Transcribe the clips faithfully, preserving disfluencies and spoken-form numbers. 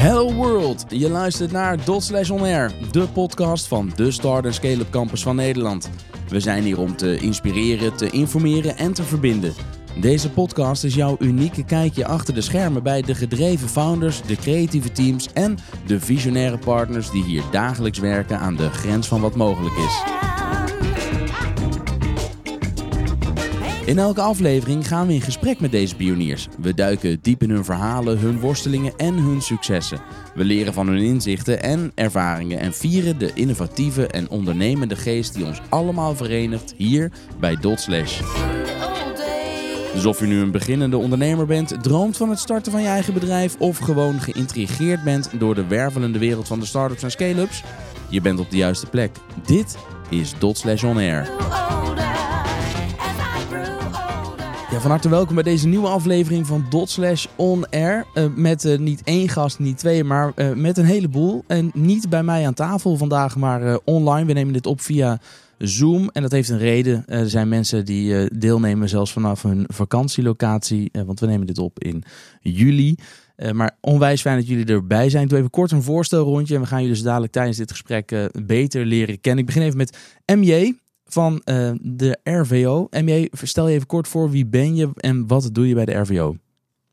Hello World, je luistert naar Dot Slash On Air, de podcast van de Start en Scale-up Campus van Nederland. We zijn hier om te inspireren, te informeren en te verbinden. Deze podcast is jouw unieke kijkje achter de schermen bij de gedreven founders, de creatieve teams en de visionaire partners die hier dagelijks werken aan de grens van wat mogelijk is. In elke aflevering gaan we in gesprek met deze pioniers. We duiken diep in hun verhalen, hun worstelingen en hun successen. We leren van hun inzichten en ervaringen en vieren de innovatieve en ondernemende geest die ons allemaal verenigt hier bij Dot Slash. Dus of je nu een beginnende ondernemer bent, droomt van het starten van je eigen bedrijf of gewoon geïntrigeerd bent door de wervelende wereld van de start-ups en scale-ups, je bent op de juiste plek. Dit is Dot Slash On Air. Ja, van harte welkom bij deze nieuwe aflevering van Dot Slash On Air. Uh, met uh, niet één gast, niet twee, maar uh, met een heleboel. En niet bij mij aan tafel vandaag, maar uh, online. We nemen dit op via Zoom en dat heeft een reden. Uh, er zijn mensen die uh, deelnemen zelfs vanaf hun vakantielocatie. Uh, want we nemen dit op in juli. Uh, maar onwijs fijn dat jullie erbij zijn. Ik doe even kort een voorstelrondje en we gaan jullie dus dadelijk tijdens dit gesprek uh, beter leren kennen. Ik begin even met M J van uh, de R V O. M J, stel je even kort voor, wie ben je en wat doe je bij de R V O?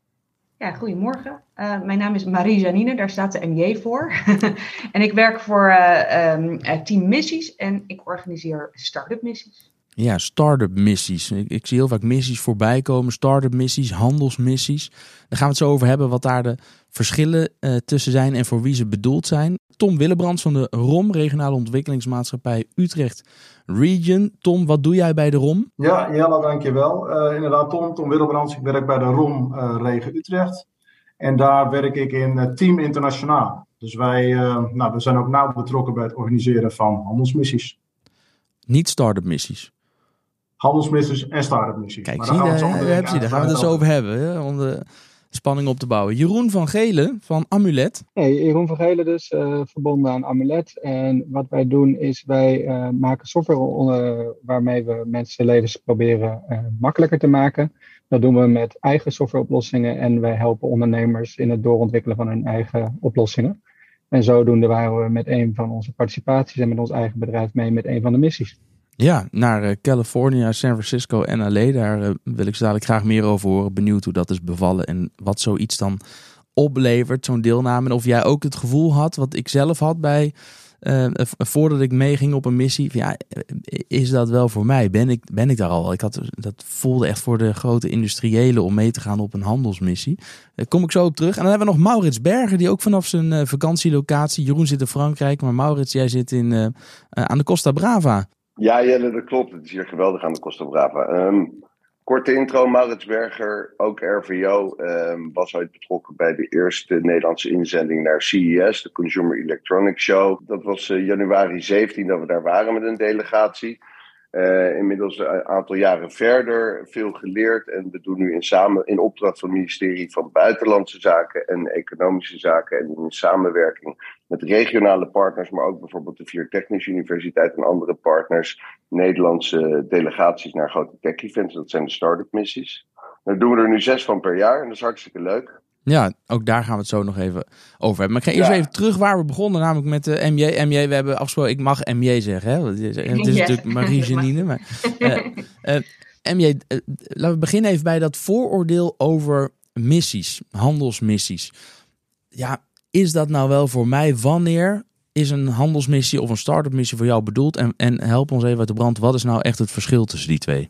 Ja, goedemorgen. Uh, mijn naam is Marie-Janine, daar staat de M J voor. En ik werk voor uh, um, Team Missies en ik organiseer start-up missies. Ja, start-up missies. Ik, ik zie heel vaak missies voorbij komen. Start-up missies, handelsmissies. Daar gaan we het zo over hebben wat daar de verschillen uh, tussen zijn en voor wie ze bedoeld zijn. Tom Willebrands van de R O M, Regionale Ontwikkelingsmaatschappij Utrecht Region. Tom, wat doe jij bij de R O M? Ja, Jelle, dankjewel. Uh, inderdaad, Tom, Tom Willebrands. Ik werk bij de R O M uh, Regio Utrecht. En daar werk ik in uh, Team Internationaal. Dus wij uh, nou, we zijn ook nauw betrokken bij het organiseren van handelsmissies. Niet start-up missies? Handelsmissies en start-up missies. Kijk, maar zie, daar gaan we, daar, daar, daar, daar gaan we het dus over hebben, hè, om de spanning op te bouwen. Jeroen van Gelen van Amulet. Hey, Jeroen van Gelen dus, uh, verbonden aan Amulet. En wat wij doen is wij uh, maken software uh, waarmee we mensenlevens proberen uh, makkelijker te maken. Dat doen we met eigen softwareoplossingen en wij helpen ondernemers in het doorontwikkelen van hun eigen oplossingen. En zodoende waren we met een van onze participaties en met ons eigen bedrijf mee met een van de missies. Ja, naar uh, California, San Francisco en L A. Daar uh, wil ik zo dadelijk graag meer over horen. Benieuwd hoe dat is bevallen en wat zoiets dan oplevert, zo'n deelname. En of jij ook het gevoel had, wat ik zelf had bij, uh, voordat ik meeging op een missie. Van, ja, is dat wel voor mij? Ben ik, ben ik daar al? Ik had, dat voelde echt voor de grote industriëlen om mee te gaan op een handelsmissie. Daar kom ik zo op terug. En dan hebben we nog Maurits Berger, die ook vanaf zijn uh, vakantielocatie. Jeroen zit in Frankrijk, maar Maurits, jij zit in, uh, uh, aan de Costa Brava. Ja, Jelle, dat klopt. Het is hier geweldig aan de Costa Brava. Um, korte intro, Maurits Berger, ook R V O, um, was ooit betrokken bij de eerste Nederlandse inzending naar C E S, de Consumer Electronics Show. Dat was uh, januari zeventien dat we daar waren met een delegatie. Uh, inmiddels een aantal jaren verder, veel geleerd. En we doen nu in, samen, in opdracht van het ministerie van Buitenlandse Zaken en Economische Zaken en in samenwerking met regionale partners, maar ook bijvoorbeeld de Vier Technische Universiteit en andere partners, Nederlandse delegaties naar grote tech-events. Dat zijn de start-up missies. Daar doen we er nu zes van per jaar en dat is hartstikke leuk. Ja, ook daar gaan we het zo nog even over hebben. Maar ik ga eerst ja. even terug waar we begonnen, namelijk met de M J. M J, we hebben afgesproken, ik mag M J zeggen, hè? Het is, het is ja. natuurlijk Marie-Janine. Maar, uh, uh, M J, uh, laten we beginnen even bij dat vooroordeel over missies, handelsmissies. Ja, is dat nou wel voor mij? Wanneer is een handelsmissie of een start-up missie voor jou bedoeld? En, en help ons even uit de brand, wat is nou echt het verschil tussen die twee?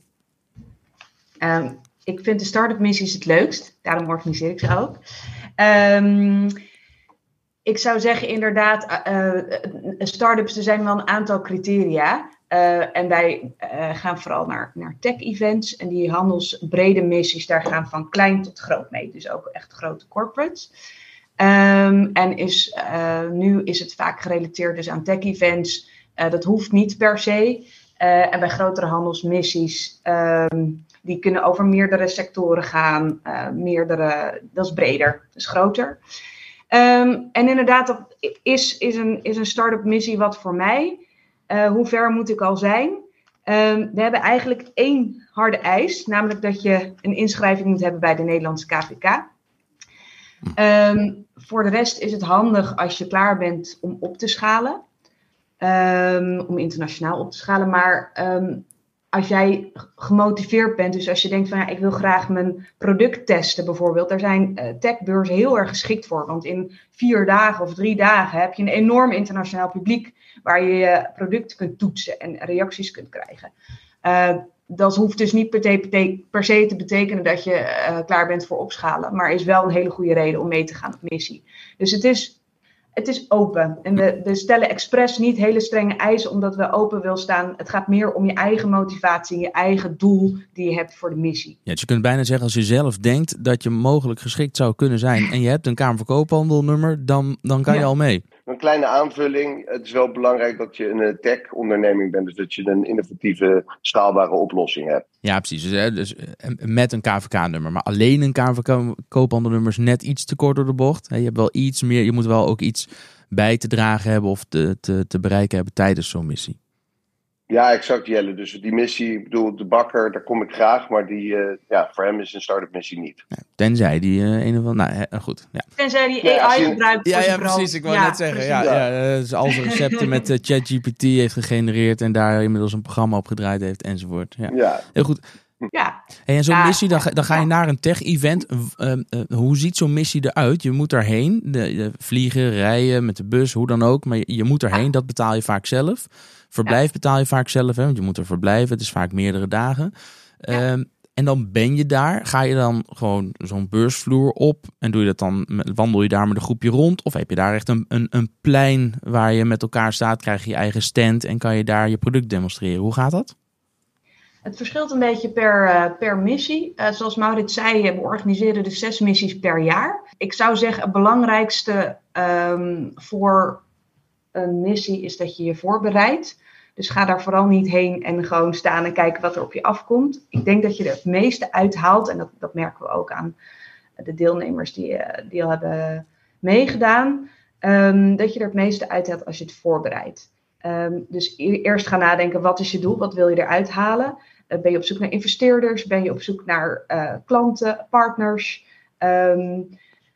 Um, ik vind de start-up missies het leukst, daarom organiseer ik ze ook. Um, ik zou zeggen inderdaad, uh, start-ups, er zijn wel een aantal criteria. Uh, en wij uh, gaan vooral naar, naar tech-events en die handelsbrede missies, daar gaan van klein tot groot mee. Dus ook echt grote corporates. Um, en is, uh, nu is het vaak gerelateerd dus aan tech-events. Uh, dat hoeft niet per se. Uh, en bij grotere handelsmissies, um, die kunnen over meerdere sectoren gaan. Uh, meerdere, dat is breder, dat is groter. Um, en inderdaad, dat is, is, een, is een start-up missie wat voor mij. Uh, hoe ver moet ik al zijn? Um, we hebben eigenlijk één harde eis, namelijk dat je een inschrijving moet hebben bij de Nederlandse K V K. Um, voor de rest is het handig als je klaar bent om op te schalen. Um, om internationaal op te schalen. Maar um, als jij gemotiveerd bent, dus als je denkt van ja, ik wil graag mijn product testen bijvoorbeeld. Daar zijn uh, techbeurzen heel erg geschikt voor. Want in vier dagen of drie dagen heb je een enorm internationaal publiek waar je je producten kunt toetsen en reacties kunt krijgen. Uh, dat hoeft dus niet per, te, per se te betekenen dat je uh, klaar bent voor opschalen. Maar is wel een hele goede reden om mee te gaan op missie. Dus het is... Het is open en we, we stellen expres niet hele strenge eisen omdat we open willen staan. Het gaat meer om je eigen motivatie, je eigen doel die je hebt voor de missie. Ja, dus je kunt bijna zeggen als je zelf denkt dat je mogelijk geschikt zou kunnen zijn en je hebt een Kamer van Koophandelnummer, dan, dan kan je ja. al mee. Een kleine aanvulling. Het is wel belangrijk dat je een tech-onderneming bent. Dus dat je een innovatieve, schaalbare oplossing hebt. Ja, precies. Dus, dus met een K V K-nummer. Maar alleen een K V K-koophandelnummer is net iets te kort door de bocht. Je hebt wel iets meer. Je moet wel ook iets bij te dragen hebben of te, te, te bereiken hebben tijdens zo'n missie. Ja, exact, Jelle. Dus die missie, ik bedoel, de bakker, daar kom ik graag. Maar die, uh, ja, voor hem is een start-up missie niet. Ja, tenzij die uh, een of andere... Nou, he, goed. Ja. Tenzij die ja, A I je... gebruikt ja, voor ja, precies. Ik wou ja, net zeggen. Ja, ja. Ja, dus al zijn recepten met uh, ChatGPT heeft gegenereerd. En daar inmiddels een programma op gedraaid heeft enzovoort. Ja, ja. Heel goed. Ja. Hey, en zo'n ja. missie, dan ga, dan ga je naar een tech-event. Uh, uh, hoe ziet zo'n missie eruit? Je moet erheen. De, de vliegen, rijden, met de bus, hoe dan ook. Maar je, je moet erheen. Dat betaal je vaak zelf. Verblijf ja. betaal je vaak zelf, hè, want je moet er verblijven. Het is vaak meerdere dagen. Ja. Um, en dan ben je daar. Ga je dan gewoon zo'n beursvloer op en doe je dat dan, wandel je daar met een groepje rond? Of heb je daar echt een, een, een plein waar je met elkaar staat, krijg je je eigen stand en kan je daar je product demonstreren? Hoe gaat dat? Het verschilt een beetje per, uh, per missie. Uh, zoals Maurits zei, we organiseren dus zes missies per jaar. Ik zou zeggen, het belangrijkste um, voor een missie is dat je je voorbereidt. Dus ga daar vooral niet heen en gewoon staan en kijken wat er op je afkomt. Ik denk dat je er het meeste uithaalt. En dat, dat merken we ook aan de deelnemers die, uh, die al hebben meegedaan. Um, dat je er het meeste uithaalt als je het voorbereidt. Um, dus eerst gaan nadenken, wat is je doel? Wat wil je eruit halen? Uh, ben je op zoek naar investeerders? Ben je op zoek naar uh, klanten, partners? Um,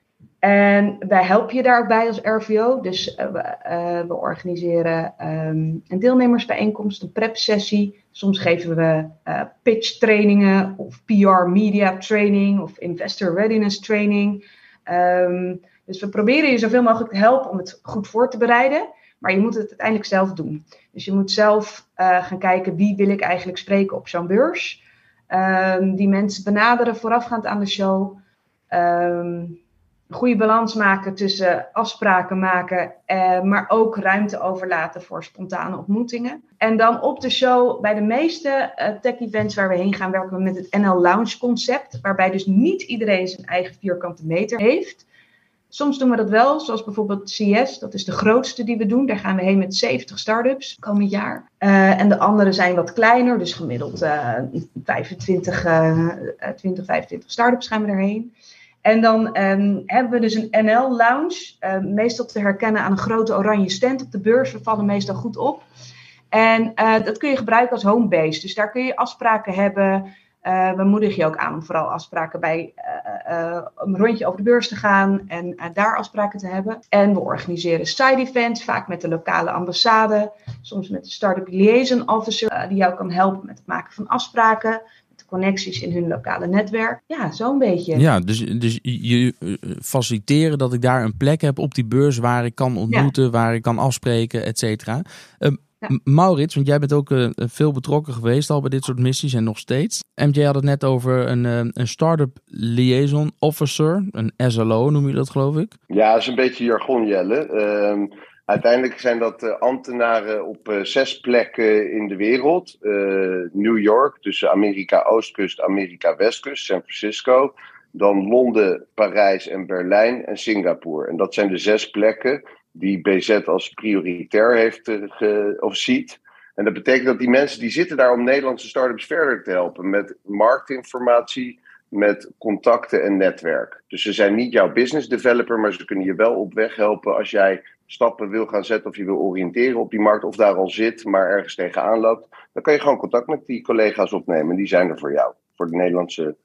En wij helpen je daar ook bij als R V O. Dus uh, we, uh, we organiseren um, een deelnemersbijeenkomst, een prep-sessie. Soms geven we uh, pitch trainingen of P R media training of investor readiness training. Um, dus we proberen je zoveel mogelijk te helpen om het goed voor te bereiden. Maar je moet het uiteindelijk zelf doen. Dus je moet zelf uh, gaan kijken wie wil ik eigenlijk spreken op zo'n beurs. Um, die mensen benaderen voorafgaand aan de show. Um, Een goede balans maken tussen afspraken maken, eh, maar ook ruimte overlaten voor spontane ontmoetingen. En dan op de show, bij de meeste uh, tech-events waar we heen gaan, werken we met het N L Lounge concept, waarbij dus niet iedereen zijn eigen vierkante meter heeft. Soms doen we dat wel, zoals bijvoorbeeld C S, dat is de grootste die we doen. Daar gaan we heen met zeventig start-ups komend jaar. Uh, en de andere zijn wat kleiner, dus gemiddeld uh, vijfentwintig, uh, twintig, vijfentwintig start-ups gaan we erheen. En dan um, hebben we dus een N L Lounge, uh, meestal te herkennen aan een grote oranje stand op de beurs. We vallen meestal goed op. En uh, dat kun je gebruiken als homebase. Dus daar kun je afspraken hebben. Uh, we moedigen je ook aan om vooral afspraken bij uh, uh, een rondje over de beurs te gaan en uh, daar afspraken te hebben. En we organiseren side events, vaak met de lokale ambassade, soms met de Startup Liaison Officer, uh, die jou kan helpen met het maken van afspraken. Connecties in hun lokale netwerk. Ja, zo'n beetje. Ja, dus, dus je uh, faciliteren dat ik daar een plek heb op die beurs waar ik kan ontmoeten, ja. waar ik kan afspreken, et cetera. Um, ja. Maurits, want jij bent ook uh, veel betrokken geweest al bij dit soort missies en nog steeds. M J had het net over een, uh, een Startup Liaison Officer, een S L O noem je dat geloof ik? Ja, dat is een beetje jargon, Jelle. Um, Uiteindelijk zijn dat uh, ambtenaren op uh, zes plekken in de wereld. Uh, New York, dus Amerika Oostkust, Amerika Westkust, San Francisco. Dan Londen, Parijs en Berlijn en Singapore. En dat zijn de zes plekken die B Z als prioritair heeft uh, ge, of ziet. En dat betekent dat die mensen die zitten daar om Nederlandse start-ups verder te helpen. Met marktinformatie, met contacten en netwerk. Dus ze zijn niet jouw business developer, maar ze kunnen je wel op weg helpen als jij stappen wil gaan zetten of je wil oriënteren op die markt of daar al zit, maar ergens tegenaan loopt. Dan kan je gewoon contact met die collega's opnemen. Die zijn er voor jou, voor de Nederlandse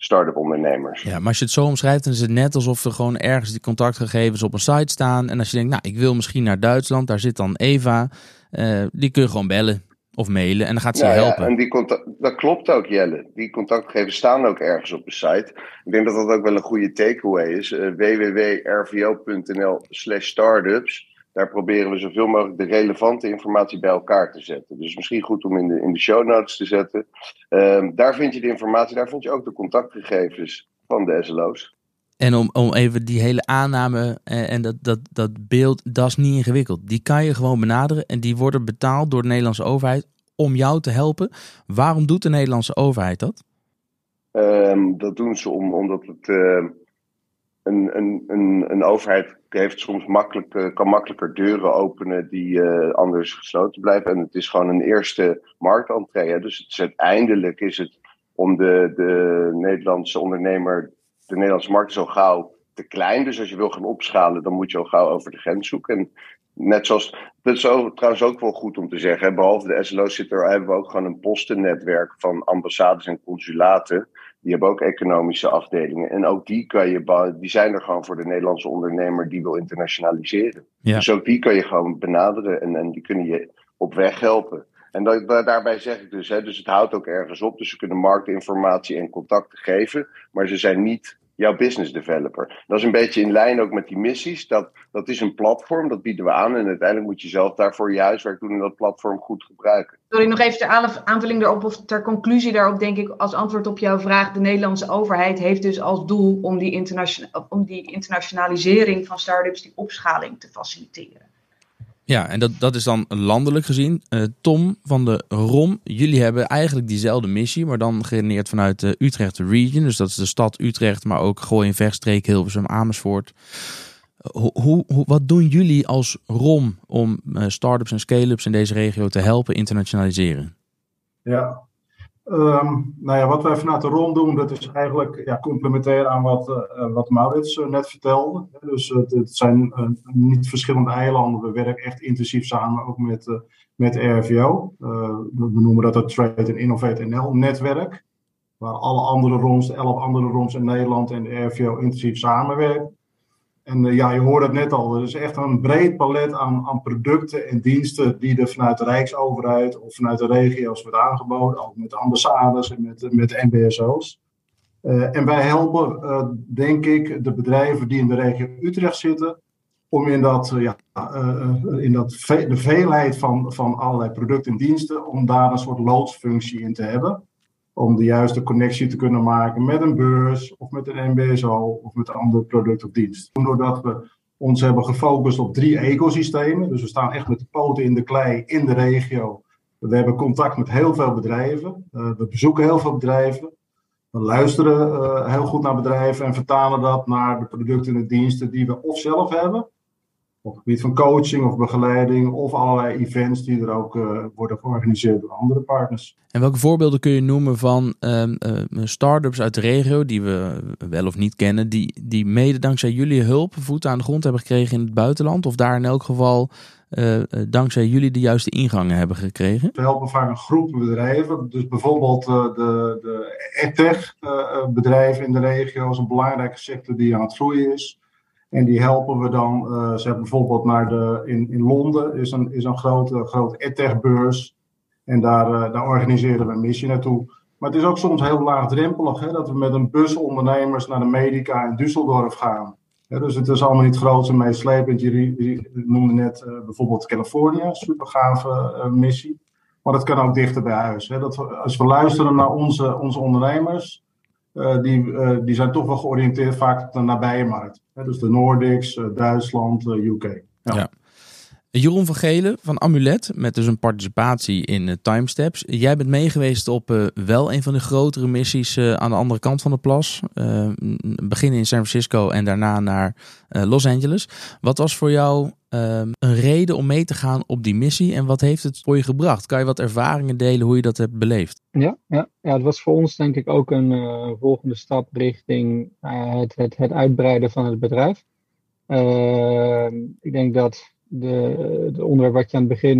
start-up ondernemers. Ja, maar als je het zo omschrijft, dan is het net alsof er gewoon ergens die contactgegevens op een site staan. En als je denkt, nou, ik wil misschien naar Duitsland, daar zit dan Eva. Uh, die kun je gewoon bellen of mailen en dan gaat ze nou je helpen. Ja, en die contact, dat klopt ook, Jelle. Die contactgegevens staan ook ergens op de site. Ik denk dat dat ook wel een goede takeaway is. Uh, w w w punt r v o punt n l slash startups. Daar proberen we zoveel mogelijk de relevante informatie bij elkaar te zetten. Dus misschien goed om in de, in de show notes te zetten. Uh, daar vind je de informatie, daar vind je ook de contactgegevens van de S L O's. En om, om even die hele aanname en, en dat, dat, dat beeld, dat is niet ingewikkeld. Die kan je gewoon benaderen en die worden betaald door de Nederlandse overheid om jou te helpen. Waarom doet de Nederlandse overheid dat? Um, dat doen ze om, omdat het uh, een, een, een, een overheid heeft soms makkelijk, uh, kan makkelijker deuren openen die uh, anders gesloten blijven. En het is gewoon een eerste marktentree. Hè? Dus het is, uiteindelijk is het om de, de Nederlandse ondernemer, de Nederlandse markt is zo gauw te klein. Dus als je wil gaan opschalen, dan moet je al gauw over de grens zoeken. En net zoals, dat is ook, trouwens ook wel goed om te zeggen, hè? Behalve de S L O's zit er, hebben we ook gewoon een postennetwerk van ambassades en consulaten. Die hebben ook economische afdelingen. En ook die, kan je, die zijn er gewoon voor de Nederlandse ondernemer die wil internationaliseren. Ja. Dus ook die kan je gewoon benaderen en, en die kunnen je op weg helpen. En dat, daarbij zeg ik dus, hè, dus het houdt ook ergens op. Dus ze kunnen marktinformatie en contacten geven, maar ze zijn niet jouw business developer. Dat is een beetje in lijn ook met die missies. Dat, dat is een platform, dat bieden we aan. En uiteindelijk moet je zelf daarvoor je huiswerk doen en dat platform goed gebruiken. Sorry, nog even ter aanvulling daarop of ter conclusie daarop denk ik als antwoord op jouw vraag. De Nederlandse overheid heeft dus als doel om die, internation- om die internationalisering van start-ups, die opschaling te faciliteren. Ja, en dat, dat is dan landelijk gezien. Uh, Tom van de R O M, jullie hebben eigenlijk diezelfde missie, maar dan geredeneerd vanuit de Utrecht Region. Dus dat is de stad Utrecht, maar ook Gooi, Vechtstreek, Hilversum, Amersfoort. Hoe, hoe, wat doen jullie als R O M om uh, start-ups en scale-ups in deze regio te helpen internationaliseren? Ja, um, nou ja, wat wij vanuit de R O M doen, dat is eigenlijk ja, complementair aan wat, uh, wat Maurits uh, net vertelde. Dus uh, het zijn uh, niet verschillende eilanden. We werken echt intensief samen, ook met, uh, met R V O. Uh, we noemen dat het Trade and Innovate N L-netwerk. Waar alle andere R O M's, de elf andere R O M's in Nederland en de R V O intensief samenwerken. En uh, ja, je hoort het net al, er is echt een breed palet aan, aan producten en diensten die er vanuit de Rijksoverheid of vanuit de regio's wordt aangeboden. Ook met de ambassades en met, met de N B S O's. Uh, en wij helpen, uh, denk ik, de bedrijven die in de regio Utrecht zitten, om in, dat, uh, ja, uh, in dat ve- de veelheid van, van allerlei producten en diensten, om daar een soort loodsfunctie in te hebben. Om de juiste connectie te kunnen maken met een beurs of met een N B S O of met een ander product of dienst. Doordat we ons hebben gefocust op drie ecosystemen. Dus we staan echt met de poten in de klei in de regio. We hebben contact met heel veel bedrijven. Uh, we bezoeken heel veel bedrijven. We luisteren uh, heel goed naar bedrijven en vertalen dat naar de producten en diensten die we of zelf hebben. Op het gebied van coaching of begeleiding of allerlei events die er ook uh, worden georganiseerd door andere partners. En welke voorbeelden kun je noemen van uh, uh, start-ups uit de regio die we wel of niet kennen, die, die mede dankzij jullie hulp voet aan de grond hebben gekregen in het buitenland? Of daar in elk geval uh, uh, dankzij jullie de juiste ingangen hebben gekregen? We helpen vaak een groep bedrijven. Dus bijvoorbeeld uh, de, de edtech uh, bedrijven in de regio is een belangrijke sector die aan het groeien is. En die helpen we dan, uh, ze hebben bijvoorbeeld naar de, in, in Londen is een, is een grote, grote edtech-beurs. En daar, uh, daar organiseren we een missie naartoe. Maar het is ook soms heel laagdrempelig, hè, dat we met een bus ondernemers naar de Medica in Düsseldorf gaan. Ja, dus het is allemaal niet groot en meeslepend. Je, je noemde net uh, bijvoorbeeld Californië, super gave uh, missie. Maar dat kan ook dichter bij huis. Hè. Dat we, als we luisteren naar onze, onze ondernemers, Uh, die, uh, die zijn toch wel georiënteerd vaak op de nabije markt. Hè, dus de Nordics, uh, Duitsland, uh, U K. Ja. Ja. Jeroen van Gelen van Amulet, met dus een participatie in uh, Timesteps. Jij bent meegeweest op uh, wel een van de grotere missies uh, aan de andere kant van de plas. Uh, beginnen in San Francisco en daarna naar uh, Los Angeles. Wat was voor jou uh, een reden om mee te gaan op die missie en wat heeft het voor je gebracht? Kan je wat ervaringen delen hoe je dat hebt beleefd? Ja, ja, ja het was voor ons denk ik ook een uh, volgende stap richting uh, het, het, het uitbreiden van het bedrijf. Uh, ik denk dat de, de onderwerp wat je aan het begin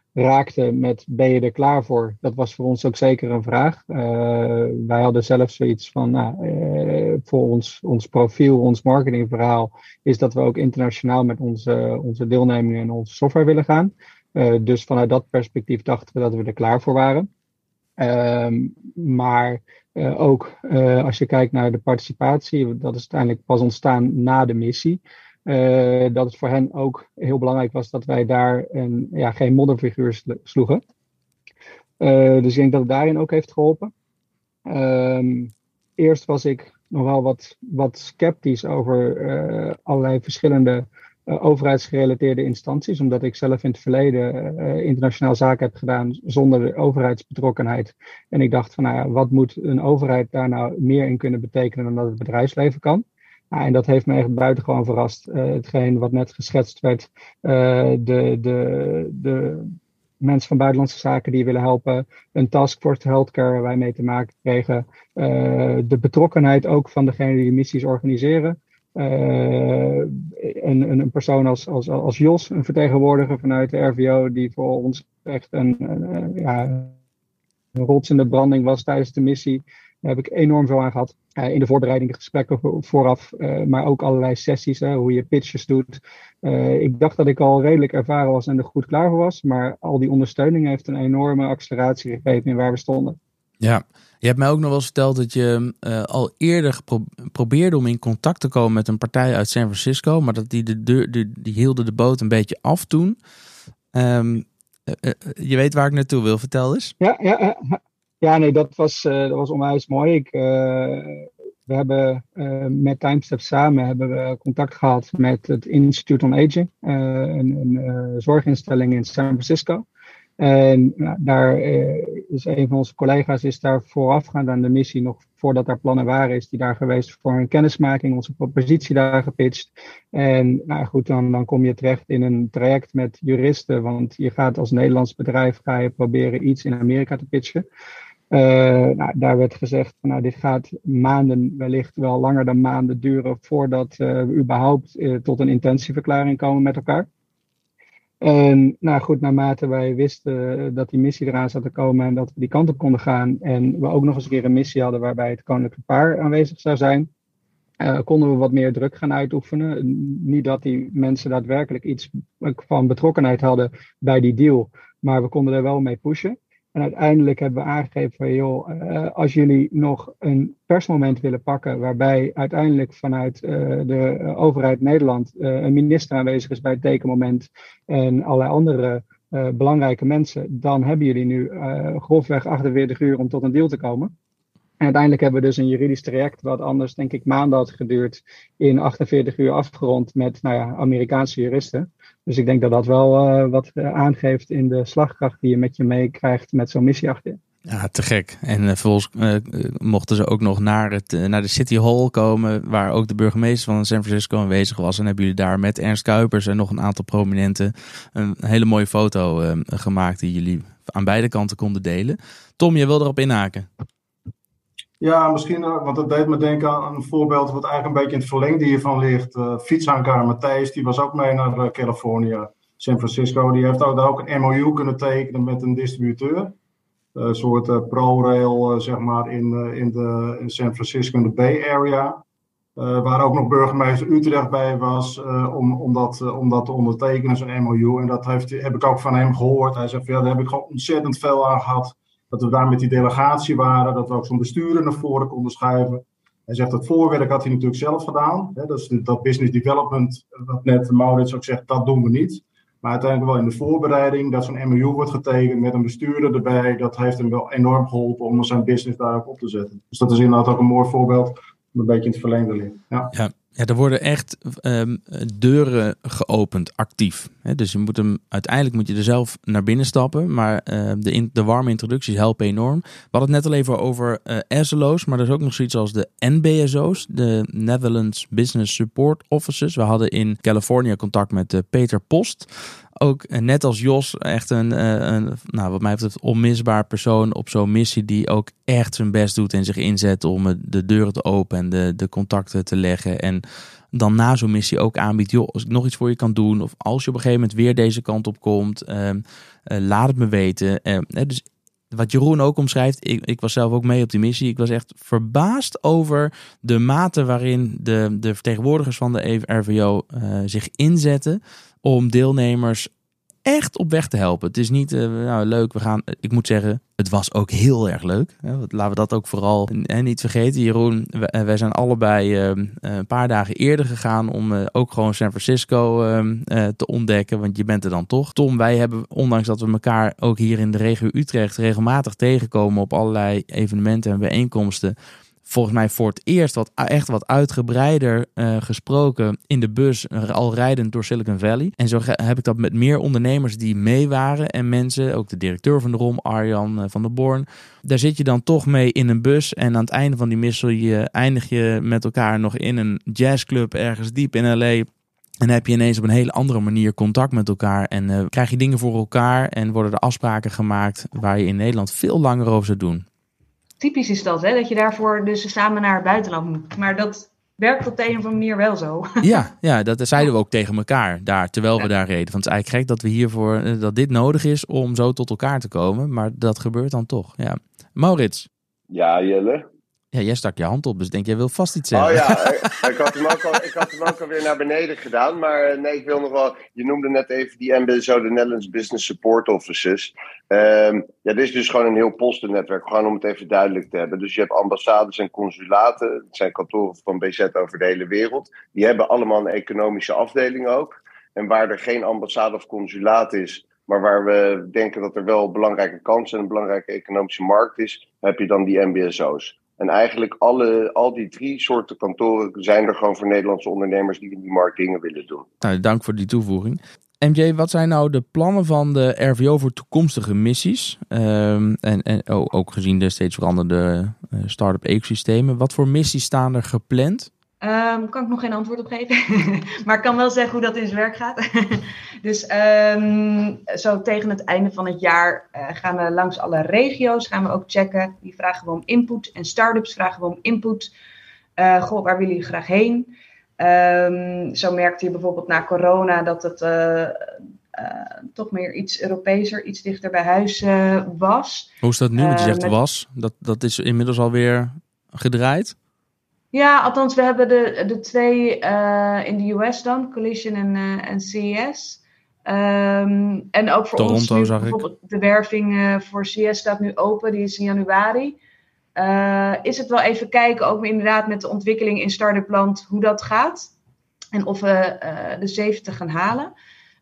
raakte met ben je er klaar voor? Dat was voor ons ook zeker een vraag. Uh, wij hadden zelf zoiets van, nou, uh, voor ons, ons profiel, ons marketingverhaal, is dat we ook internationaal met onze, onze deelnemingen en onze software willen gaan. Uh, dus vanuit dat perspectief dachten we dat we er klaar voor waren. Um, maar uh, ook uh, als je kijkt naar de participatie, dat is uiteindelijk pas ontstaan na de missie. Uh, dat het voor hen ook heel belangrijk was dat wij daar een, ja, geen modderfiguur sloegen. Uh, dus ik denk dat het daarin ook heeft geholpen. Um, eerst was ik nog wel wat, wat sceptisch over uh, allerlei verschillende uh, overheidsgerelateerde instanties. Omdat ik zelf in het verleden uh, internationaal zaken heb gedaan zonder de overheidsbetrokkenheid. En ik dacht van, nou ja, wat moet een overheid daar nou meer in kunnen betekenen dan dat het bedrijfsleven kan? Ja, en dat heeft me echt buitengewoon verrast. Uh, hetgeen wat net geschetst werd. Uh, de, de, de mensen van Buitenlandse Zaken die willen helpen. Een taskforce healthcare waar wij mee te maken kregen. Uh, de betrokkenheid ook van degenen die de missies organiseren. Uh, een, een persoon als, als, als Jos, een vertegenwoordiger vanuit de R V O, die voor ons echt een, een, ja, een rots in de branding was tijdens de missie. Daar heb ik enorm veel aan gehad. Uh, in de voorbereiding, de gesprekken vooraf, uh, maar ook allerlei sessies, hè, hoe je pitches doet. Uh, ik dacht dat ik al redelijk ervaren was en er goed klaar voor was. Maar al die ondersteuning heeft een enorme acceleratie gegeven in waar we stonden. Ja, je hebt mij ook nog wel eens verteld dat je uh, al eerder gepro- probeerde om in contact te komen met een partij uit San Francisco. Maar dat die, de deur, de, die hielden de boot een beetje af toen. Um, uh, uh, je weet waar ik naartoe wil, vertel eens. Ja, ja, uh, ja nee, dat was, uh, dat was onwijs mooi. Ik, uh, we hebben uh, met Timestep samen hebben we contact gehad met het Institute on Aging. Uh, een een uh, zorginstelling in San Francisco. En nou, daar uh, is een van onze collega's is daar voorafgaand aan de missie, nog voordat er plannen waren, is die daar geweest voor een kennismaking, onze propositie daar gepitcht. En nou goed, dan, dan kom je terecht in een traject met juristen, want je gaat als Nederlands bedrijf ga je proberen iets in Amerika te pitchen. Uh, nou, daar werd gezegd, nou, dit gaat maanden, wellicht wel langer dan maanden duren voordat uh, we überhaupt uh, tot een intentieverklaring komen met elkaar. En nou goed, naarmate wij wisten dat die missie eraan zat te komen en dat we die kant op konden gaan en we ook nog eens een keer een missie hadden waarbij het koninklijk paar aanwezig zou zijn, uh, konden we wat meer druk gaan uitoefenen. Niet dat die mensen daadwerkelijk iets van betrokkenheid hadden bij die deal, maar we konden er wel mee pushen. En uiteindelijk hebben we aangegeven van joh, uh, als jullie nog een persmoment willen pakken waarbij uiteindelijk vanuit uh, de uh, overheid Nederland uh, een minister aanwezig is bij het tekenmoment en allerlei andere uh, belangrijke mensen, dan hebben jullie nu uh, grofweg achtenveertig uur om tot een deal te komen. En uiteindelijk hebben we dus een juridisch traject wat anders denk ik maanden had geduurd in achtenveertig uur afgerond met nou ja, Amerikaanse juristen. Dus ik denk dat dat wel uh, wat uh, aangeeft in de slagkracht die je met je meekrijgt met zo'n missie achter je. Ja, te gek. En uh, vervolgens uh, mochten ze ook nog naar, het, uh, naar de City Hall komen, waar ook de burgemeester van San Francisco aanwezig was. En hebben jullie daar met Ernst Kuipers en nog een aantal prominenten een hele mooie foto uh, gemaakt die jullie aan beide kanten konden delen. Tom, je wil erop inhaken? Ja, misschien, want dat deed me denken aan een voorbeeld wat eigenlijk een beetje in het verlengde hiervan ligt. Uh, fietsaankaar Matthijs, die was ook mee naar uh, Californië, San Francisco. Die heeft ook, daar ook een M O U kunnen tekenen met een distributeur. Uh, een soort uh, ProRail, uh, zeg maar, in, uh, in, de, in San Francisco, in de Bay Area. Uh, waar ook nog burgemeester Utrecht bij was uh, om, om, dat, uh, om dat te ondertekenen, zo'n M O U. En dat heeft, heb ik ook van hem gehoord. Hij zegt, ja, daar heb ik gewoon ontzettend veel aan gehad. Dat we daar met die delegatie waren, dat we ook zo'n bestuurder naar voren konden schuiven. Hij zegt dat voorwerk had hij natuurlijk zelf gedaan. Hè, dus dat business development, wat net Maurits ook zegt, dat doen we niet. Maar uiteindelijk wel in de voorbereiding, dat zo'n M O U wordt getekend met een bestuurder erbij. Dat heeft hem wel enorm geholpen om zijn business daarop op te zetten. Dus dat is inderdaad ook een mooi voorbeeld, om een beetje in het verlengde ligt. Ja. Ja. Ja, er worden echt um, deuren geopend, actief. He, dus je moet hem, uiteindelijk moet je er zelf naar binnen stappen. Maar uh, de, in, de warme introducties helpen enorm. We hadden het net al even over uh, S L O's. Maar er is ook nog zoiets als de N B S O's. De Netherlands Business Support Offices. We hadden in Californië contact met uh, Peter Post. Ook uh, net als Jos echt een, uh, een, nou, wat mij betreft, onmisbaar persoon op zo'n missie. Die ook echt zijn best doet en zich inzet om uh, de deuren te openen en de, de contacten te leggen. En dan na zo'n missie ook aanbiedt, joh, als ik nog iets voor je kan doen, of als je op een gegeven moment weer deze kant op komt, uh, uh, laat het me weten. Uh, dus wat Jeroen ook omschrijft, ik, ik was zelf ook mee op die missie. Ik was echt verbaasd over de mate waarin de, de vertegenwoordigers van de R V O uh, zich inzetten om deelnemers echt op weg te helpen. Het is niet uh, nou, leuk, we gaan, ik moet zeggen, het was ook heel erg leuk. Laten we dat ook vooral en niet vergeten. Jeroen, wij zijn allebei uh, een paar dagen eerder gegaan om uh, ook gewoon San Francisco uh, uh, te ontdekken, want je bent er dan toch. Tom, wij hebben, ondanks dat we elkaar ook hier in de regio Utrecht regelmatig tegenkomen op allerlei evenementen en bijeenkomsten, volgens mij voor het eerst wat echt wat uitgebreider uh, gesproken in de bus, al rijdend door Silicon Valley. En zo heb ik dat met meer ondernemers die mee waren en mensen, ook de directeur van de R O M, Arjan uh, van der Born. Daar zit je dan toch mee in een bus en aan het einde van die missie je, eindig je met elkaar nog in een jazzclub ergens diep in L A. En dan heb je ineens op een hele andere manier contact met elkaar en uh, krijg je dingen voor elkaar en worden er afspraken gemaakt waar je in Nederland veel langer over zou doen. Typisch is dat, hè? Dat je daarvoor dus samen naar het buitenland moet. Maar dat werkt op de een of andere manier wel zo. Ja, ja, dat zeiden we ook tegen elkaar daar, terwijl ja. we daar reden. Want het is eigenlijk gek dat we hiervoor, dat dit nodig is om zo tot elkaar te komen. Maar dat gebeurt dan toch, ja. Maurits. Ja, Jelle. Ja, jij stak je hand op, dus ik denk, jij wil vast iets zeggen. Oh ja, ik had hem ook al, ik had hem ook alweer naar beneden gedaan. Maar nee, ik wil nog wel, je noemde net even die N B S O, de Netherlands Business Support Offices. Um, ja, dit is dus gewoon een heel postennetwerk, gewoon om het even duidelijk te hebben. Dus je hebt ambassades en consulaten, het zijn kantoren van B Z over de hele wereld. Die hebben allemaal een economische afdeling ook. En waar er geen ambassade of consulaat is, maar waar we denken dat er wel belangrijke kansen en een belangrijke economische markt is, heb je dan die N B S O's. En eigenlijk alle, al die drie soorten kantoren zijn er gewoon voor Nederlandse ondernemers die in die markt dingen willen doen. Nou, dank voor die toevoeging. M J, wat zijn nou de plannen van de R V O voor toekomstige missies? Um, en en oh, ook gezien de steeds veranderende uh, start-up ecosystemen. Wat voor missies staan er gepland? Um, kan ik nog geen antwoord op geven. Maar ik kan wel zeggen hoe dat in zijn werk gaat. Dus um, zo tegen het einde van het jaar uh, gaan we langs alle regio's. Gaan we ook checken. Die vragen we om input. En start-ups vragen we om input. Uh, goh, waar willen jullie graag heen? Um, zo merkte je bijvoorbeeld na corona dat het uh, uh, toch meer iets Europeeser, iets dichter bij huis uh, was. Hoe is dat nu? Want je zegt uh, met... was. Dat, dat is inmiddels alweer gedraaid? Ja, althans, we hebben de, de twee uh, in de U S dan, Collision en, uh, en C E S. Um, en ook voor Toronto, ons nu, zag bijvoorbeeld ik. De werving uh, voor C E S staat nu open, die is in januari. Uh, is het wel even kijken, ook inderdaad met de ontwikkeling in Start-up Land, hoe dat gaat. En of we uh, de zeventig gaan halen.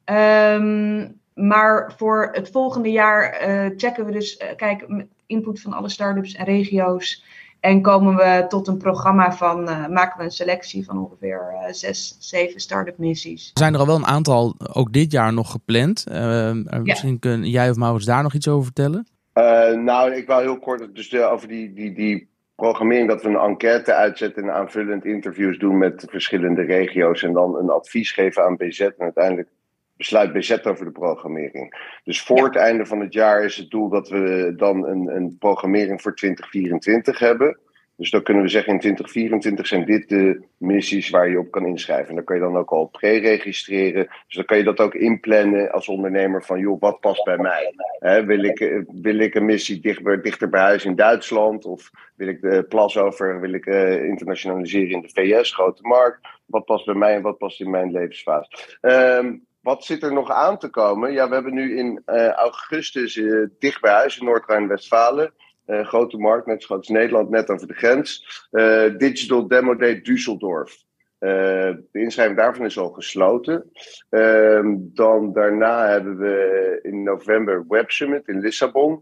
Um, maar voor het volgende jaar uh, checken we dus, uh, kijk, input van alle start-ups en regio's. En komen we tot een programma van, uh, maken we een selectie van ongeveer uh, zes, zeven start-up missies. Er zijn er al wel een aantal, ook dit jaar nog gepland. Uh, ja. Misschien kun jij of Maurits daar nog iets over vertellen? Uh, nou, ik wil heel kort dus de, over die, die, die programmering, dat we een enquête uitzetten en aanvullend interviews doen met verschillende regio's. En dan een advies geven aan B Z en uiteindelijk besluit B Z over de programmering. Dus voor ja. het einde van het jaar is het doel dat we dan een, een programmering voor twintig vierentwintig hebben. Dus dan kunnen we zeggen in twintig vierentwintig zijn dit de missies waar je op kan inschrijven. En dan kan je dan ook al pre-registreren. Dus dan kan je dat ook inplannen als ondernemer van joh, wat past bij mij? He, wil, ik, wil ik een missie dichter, dichter bij huis in Duitsland? Of wil ik de plas over, wil ik uh, internationaliseren in de V S, grote markt? Wat past bij mij en wat past in mijn levensfase? Um, Wat zit er nog aan te komen? Ja, we hebben nu in uh, augustus uh, dicht bij huis in Noord-Rijn-Westfalen. Uh, grote markt, net zo groot als Nederland, net over de grens. Uh, Digital Demo Day Düsseldorf. Uh, de inschrijving daarvan is al gesloten. Uh, dan daarna hebben we in november Web Summit in Lissabon.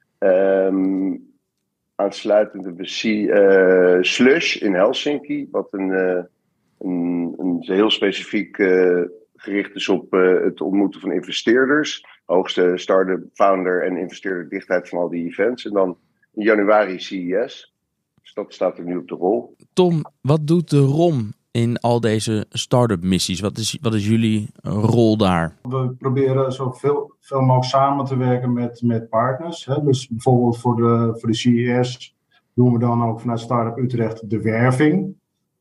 Um, aansluitend hebben we uh, Slush in Helsinki. Wat een, uh, een, een heel specifiek Uh, gericht is op uh, het ontmoeten van investeerders. Hoogste start-up, founder en investeerder dichtheid van al die events. En dan in januari C E S. Dus dat staat er nu op de rol. Tom, wat doet de R O M in al deze start-up missies? Wat is, wat is jullie rol daar? We proberen zoveel veel mogelijk samen te werken met, met partners. Hè. Dus bijvoorbeeld voor de, voor de C E S doen we dan ook vanuit Startup Utrecht de werving.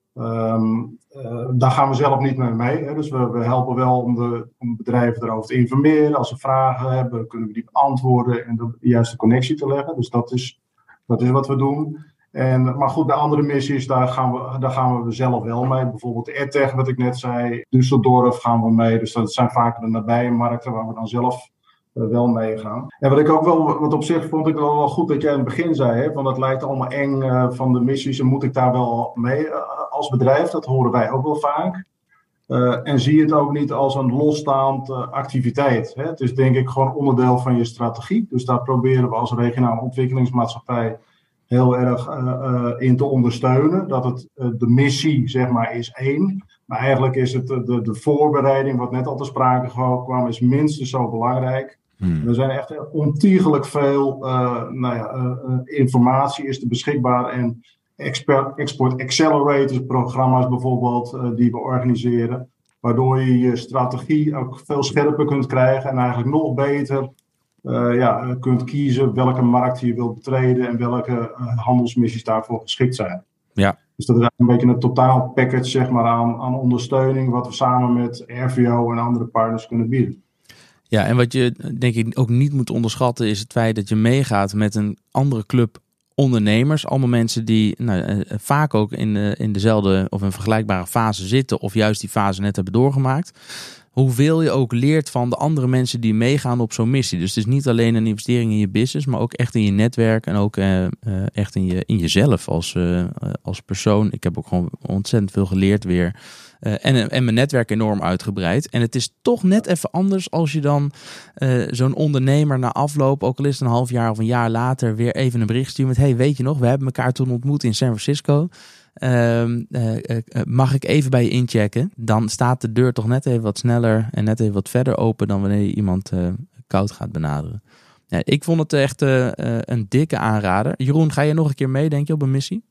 Um, uh, daar gaan we zelf niet mee mee. Hè. Dus we, we helpen wel om, de, om bedrijven erover te informeren. Als ze vragen hebben, kunnen we die beantwoorden en de juiste connectie te leggen. Dus dat is, dat is wat we doen. En, maar goed, bij andere missies, daar gaan, we, daar gaan we zelf wel mee. Bijvoorbeeld de EdTech, wat ik net zei. Düsseldorf gaan we mee. Dus dat zijn vaak de nabije markten waar we dan zelf uh, wel mee gaan. En wat ik ook wel, wat op zich vond ik wel, wel goed dat jij in het begin zei. Hè, want het lijkt allemaal eng uh, van de missies en moet ik daar wel mee uh, als bedrijf? Dat horen wij ook wel vaak. Uh, en zie het ook niet als een losstaand uh, activiteit. Hè. Het is denk ik gewoon onderdeel van je strategie. Dus daar proberen we als regionale ontwikkelingsmaatschappij heel erg uh, uh, in te ondersteunen. Dat het uh, de missie, zeg maar, is één. Maar eigenlijk is het uh, de, de voorbereiding, wat net al te sprake kwam, is minstens zo belangrijk. Hmm. Er zijn echt ontiegelijk veel uh, nou ja, uh, uh, informatie is er beschikbaar. En expert, export accelerators programma's bijvoorbeeld, uh, die we organiseren. Waardoor je je strategie ook veel scherper kunt krijgen en eigenlijk nog beter Uh, ja, kunt kiezen welke markt je wilt betreden en welke uh, handelsmissies daarvoor geschikt zijn. Ja. Dus dat is een beetje een totaal package, zeg maar, aan, aan ondersteuning wat we samen met R V O en andere partners kunnen bieden. Ja, en wat je denk ik ook niet moet onderschatten is het feit dat je meegaat met een andere club ondernemers. Allemaal mensen die nou, vaak ook in, de, in dezelfde of een vergelijkbare fase zitten of juist die fase net hebben doorgemaakt. Hoeveel je ook leert van de andere mensen die meegaan op zo'n missie. Dus het is niet alleen een investering in je business, maar ook echt in je netwerk en ook uh, uh, echt in, je, in jezelf als, uh, als persoon. Ik heb ook gewoon ontzettend veel geleerd weer. Uh, en, en mijn netwerk enorm uitgebreid. En het is toch net even anders als je dan uh, zo'n ondernemer na afloop, ook al is het een half jaar of een jaar later, weer even een bericht stuurt met: hey, weet je nog, we hebben elkaar toen ontmoet in San Francisco. Uh, uh, uh, mag ik even bij je inchecken? Dan staat de deur toch net even wat sneller en net even wat verder open dan wanneer je iemand uh, koud gaat benaderen. Ja, ik vond het echt uh, uh, een dikke aanrader. Jeroen, ga je nog een keer mee, denk je, op een missie?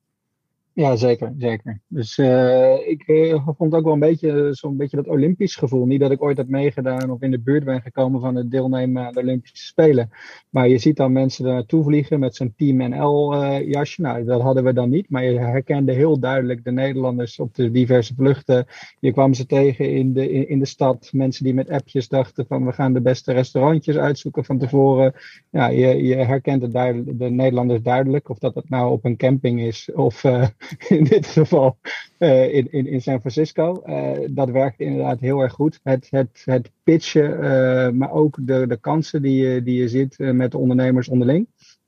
Ja, zeker, zeker. Dus uh, ik uh, vond ook wel een beetje zo'n beetje dat Olympisch gevoel. Niet dat ik ooit heb meegedaan of in de buurt ben gekomen van het deelnemen aan de Olympische Spelen. Maar je ziet dan mensen er naartoe vliegen met zo'n Team N L uh, jasje. Nou, dat hadden we dan niet. Maar je herkende heel duidelijk de Nederlanders op de diverse vluchten. Je kwam ze tegen in de, in, in de stad. Mensen die met appjes dachten van we gaan de beste restaurantjes uitzoeken van tevoren. Ja, je, je herkent de, duidelijk, de Nederlanders duidelijk. Of dat het nou op een camping is of Uh, in dit geval uh, in, in, in San Francisco. Uh, dat werkt inderdaad heel erg goed. Het, het, het pitchen, uh, maar ook de, de kansen die je, die je ziet uh, met de ondernemers onderling.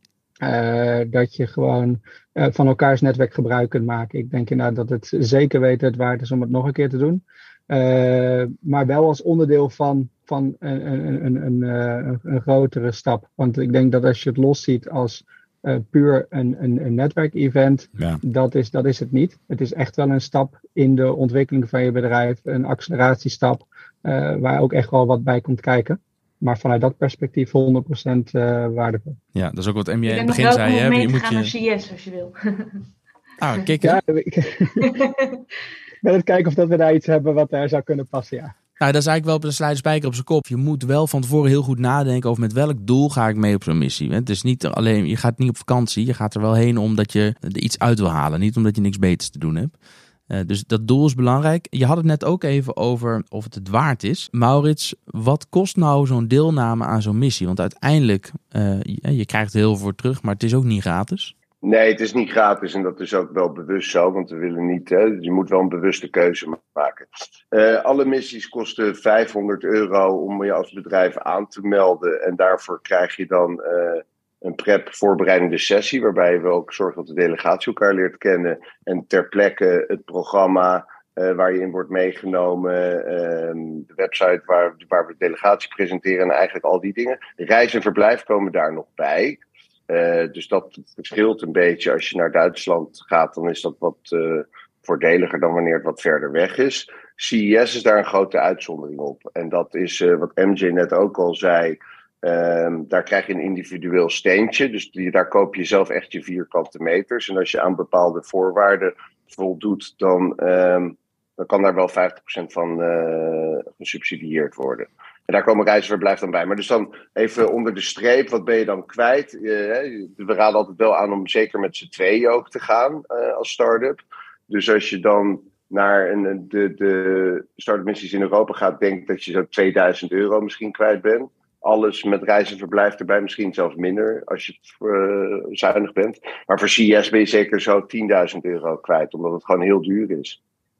Uh, dat je gewoon uh, van elkaars netwerk gebruik kunt maken. Ik denk inderdaad dat het zeker weten het waard is om het nog een keer te doen. Uh, maar wel als onderdeel van, van een, een, een, een, een, een grotere stap. Want ik denk dat als je het los ziet als Uh, puur een, een, een netwerkevent, ja. dat, is, dat is het niet. Het is echt wel een stap in de ontwikkeling van je bedrijf, een acceleratiestap, uh, waar ook echt wel wat bij komt kijken. Maar vanuit dat perspectief honderd procent uh, waardevol. Ja, dat is ook wat M J in het begin zei. Je hè? mee Je te moet gaan je... naar C S als je wil. Ah, kijk. Ja, ik ben het kijken of dat we daar iets hebben wat daar zou kunnen passen, ja. Nou, dat is eigenlijk wel op de slijderspijker op zijn kop. Je moet wel van tevoren heel goed nadenken over met welk doel ga ik mee op zo'n missie. Het is niet alleen, je gaat niet op vakantie, je gaat er wel heen omdat je er iets uit wil halen. Niet omdat je niks beters te doen hebt. Uh, dus dat doel is belangrijk. Je had het net ook even over of het het waard is. Maurits, wat kost nou zo'n deelname aan zo'n missie? Want uiteindelijk, uh, je, je krijgt er heel veel voor terug, maar het is ook niet gratis. Nee, het is niet gratis en dat is ook wel bewust zo, want we willen niet, hè, je moet wel een bewuste keuze maken. Uh, alle missies kosten vijfhonderd euro om je als bedrijf aan te melden en daarvoor krijg je dan uh, een prep voorbereidende sessie, waarbij we ook zorgen dat de delegatie elkaar leert kennen en ter plekke het programma uh, waar je in wordt meegenomen, uh, de website waar, waar we de delegatie presenteren en eigenlijk al die dingen. Reis en verblijf komen daar nog bij. Uh, dus dat verschilt een beetje. Als je naar Duitsland gaat, dan is dat wat uh, voordeliger dan wanneer het wat verder weg is. C E S is daar een grote uitzondering op. En dat is uh, wat M J net ook al zei. Uh, daar krijg je een individueel steentje. Dus die, daar koop je zelf echt je vierkante meters. En als je aan bepaalde voorwaarden voldoet, dan, uh, dan kan daar wel vijftig procent van uh, gesubsidieerd worden. En daar komen reisverblijf dan bij. Maar dus dan even onder de streep, wat ben je dan kwijt? Uh, we raden altijd wel aan om zeker met z'n tweeën ook te gaan uh, als start-up. Dus als je dan naar een, de, de start-up missies in Europa gaat, denk ik dat je zo tweeduizend euro misschien kwijt bent. Alles met reis en verblijf erbij, misschien zelfs minder als je uh, zuinig bent. Maar voor C E S ben je zeker zo tienduizend euro kwijt, omdat het gewoon heel duur is.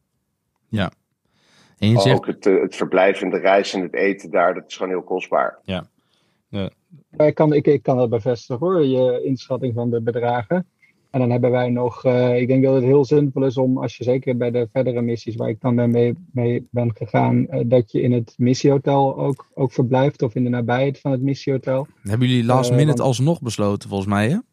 Ja. En je zegt... Ook het, uh, het verblijf en de reis en het eten daar, dat is gewoon heel kostbaar. Ja. Ja. Ik, kan, ik, ik kan dat bevestigen hoor, je inschatting van de bedragen. En dan hebben wij nog, uh, ik denk dat het heel zinvol is om, als je zeker bij de verdere missies waar ik dan mee, mee ben gegaan, uh, dat je in het missiehotel ook, ook verblijft of in de nabijheid van het missiehotel. Hebben jullie last minute uh, want... alsnog besloten volgens mij, hè?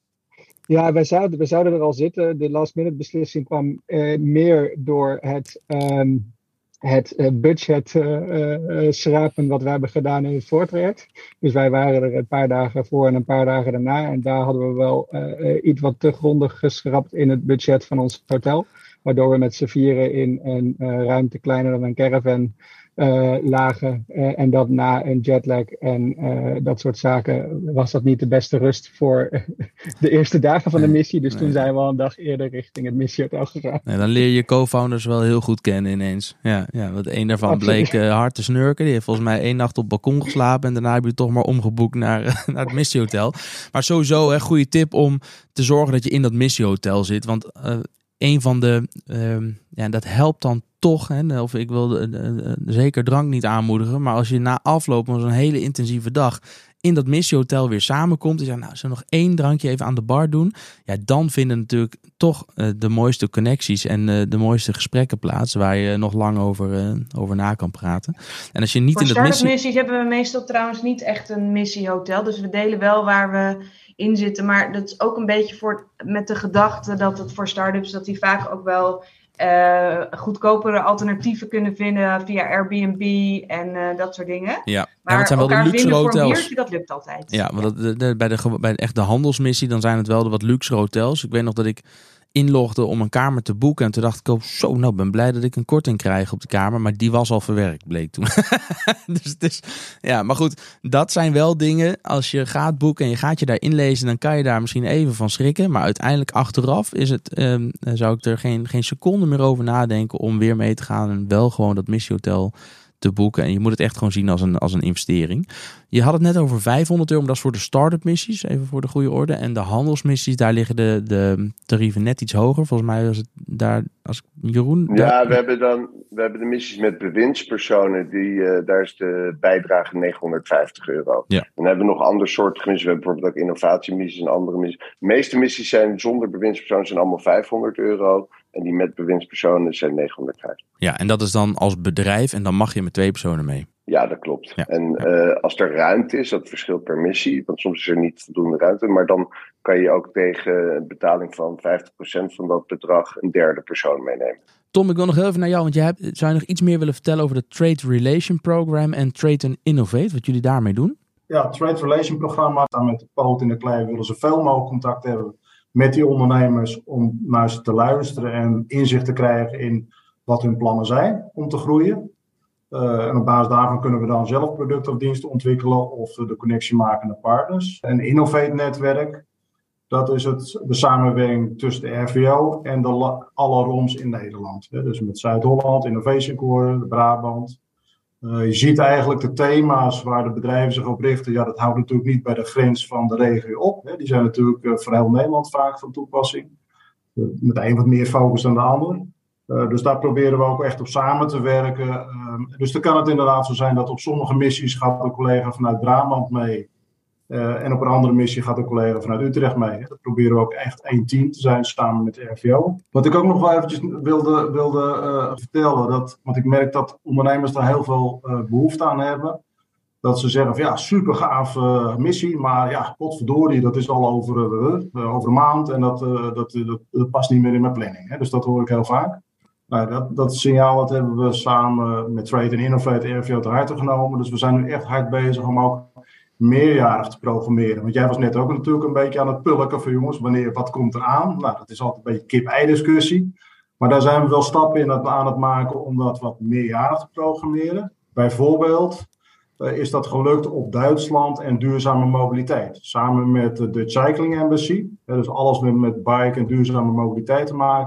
Ja, wij zouden, wij zouden er al zitten. De last minute beslissing kwam uh, meer door het... Um, het uh, budget uh, uh, schrapen wat we hebben gedaan in het voortraject. Dus wij waren er een paar dagen voor en een paar dagen daarna. En daar hadden we wel uh, uh, iets wat te grondig geschrapt in het budget van ons hotel. Waardoor we met z'n vieren in een uh, ruimte kleiner dan een caravan uh, lagen. Uh, en dat na een jetlag en uh, dat soort zaken was dat niet de beste rust voor uh, de eerste dagen van de missie. Dus nee. Toen zijn we al een dag eerder richting het missiehotel gegaan. Nee, dan leer je co-founders wel heel goed kennen ineens. Ja, ja, want een daarvan Absoluut. bleek uh, hard te snurken. Die heeft volgens mij één nacht op het balkon geslapen. En daarna heb je toch maar omgeboekt naar, uh, naar het missiehotel. Maar sowieso een goede tip om te zorgen dat je in dat missiehotel zit. Want uh, een van de... Uh, ja, dat helpt dan toch. Hè, of ik wil uh, uh, zeker drank niet aanmoedigen. Maar als je na afloop van zo'n hele intensieve dag in dat missiehotel weer samenkomt. En zegt, nou, zullen we nog één drankje even aan de bar doen? Ja, dan vinden natuurlijk toch uh, de mooiste connecties en uh, de mooiste gesprekken plaats. Waar je nog lang over, uh, over na kan praten. En als je niet voor in dat start-up missie... missies hebben we meestal trouwens niet echt een missiehotel. Dus we delen wel waar we in zitten. Maar dat is ook een beetje voor, met de gedachte dat het voor start-ups dat die vaak ook wel Uh, goedkopere alternatieven kunnen vinden via Airbnb en uh, dat soort dingen. Ja, maar ja, het zijn wel de luxe hotels. Voor een biertje, dat lukt altijd. Ja, want dat, de, de, bij, de, bij de, echt de handelsmissie, dan zijn het wel de wat luxe hotels. Ik weet nog dat ik inlogde om een kamer te boeken. En toen dacht ik ook, zo, nou, ben blij dat ik een korting krijg op de kamer. Maar die was al verwerkt, bleek toen. dus, dus ja, maar goed, dat zijn wel dingen. Als je gaat boeken en je gaat je daar inlezen, dan kan je daar misschien even van schrikken. Maar uiteindelijk achteraf is het, um, zou ik er geen, geen seconde meer over nadenken om weer mee te gaan en wel gewoon dat missiehotel te boeken. En je moet het echt gewoon zien als een, als een investering. Je had het net over vijfhonderd euro, maar dat is voor de start-up missies, even voor de goede orde. En de handelsmissies, daar liggen de, de tarieven net iets hoger. Volgens mij was het daar, als Jeroen... Ja, daar... we hebben dan we hebben de missies met bewindspersonen, die, uh, daar is de bijdrage negenhonderdvijftig euro. Ja. En dan hebben we nog ander soort missies. We hebben bijvoorbeeld ook innovatiemissies en andere missies. De meeste missies zijn zonder bewindspersonen zijn allemaal vijfhonderd euro. En die met bewindspersonen zijn negenhonderdvijftig. Ja, en dat is dan als bedrijf en dan mag je met twee personen mee. Ja, dat klopt. Ja. En uh, als er ruimte is, dat verschilt per missie, want soms is er niet voldoende ruimte, maar dan kan je ook tegen een betaling van vijftig procent van dat bedrag een derde persoon meenemen. Tom, ik wil nog heel even naar jou, want jij hebt, zou je nog iets meer willen vertellen over de Trade Relation Program en Trade and Innovate, wat jullie daarmee doen? Ja, het Trade Relation programma, daar met de poot in de klei willen zoveel mogelijk contact hebben met die ondernemers om naar ze te luisteren en inzicht te krijgen in wat hun plannen zijn om te groeien. Uh, en op basis daarvan kunnen we dan zelf producten of diensten ontwikkelen of de connectie maken naar partners. Een Innovate-netwerk, dat is het, de samenwerking tussen de R V O en de, alle R O M's in Nederland. Hè. Dus met Zuid-Holland, Innovation Core, de Brabant. Uh, je ziet eigenlijk de thema's waar de bedrijven zich op richten. Ja, dat houdt natuurlijk niet bij de grens van de regio op. Hè. Die zijn natuurlijk uh, voor heel Nederland vaak van toepassing. Uh, met de een wat meer focus dan de ander. Uh, dus daar proberen we ook echt op samen te werken. Uh, dus dan kan het inderdaad zo zijn dat op sommige missies gaat een collega vanuit Brabant mee. Uh, en op een andere missie gaat een collega vanuit Utrecht mee. Dat proberen we ook echt één team te zijn samen met de R V O. Wat ik ook nog wel eventjes wilde, wilde uh, vertellen. Dat, want ik merk dat ondernemers daar heel veel uh, behoefte aan hebben. Dat ze zeggen van ja, super gaaf uh, missie. Maar ja, potverdorie, dat is al over, uh, over een maand. En dat, uh, dat, dat, dat past niet meer in mijn planning. Hè? Dus dat hoor ik heel vaak. Nou, dat, dat signaal dat hebben we samen met Trade and Innovate R V O te harte genomen. Dus we zijn nu echt hard bezig om ook meerjarig te programmeren. Want jij was net ook natuurlijk een beetje aan het pulken van jongens, wanneer, wat komt er aan? Nou, dat is altijd een beetje kip-ei discussie. Maar daar zijn we wel stappen in aan het maken om dat wat meerjarig te programmeren. Bijvoorbeeld uh, is dat gelukt op Duitsland en duurzame mobiliteit. Samen met de Dutch Cycling Embassy. Uh, dus alles met, met bike en duurzame mobiliteit te maken heeft.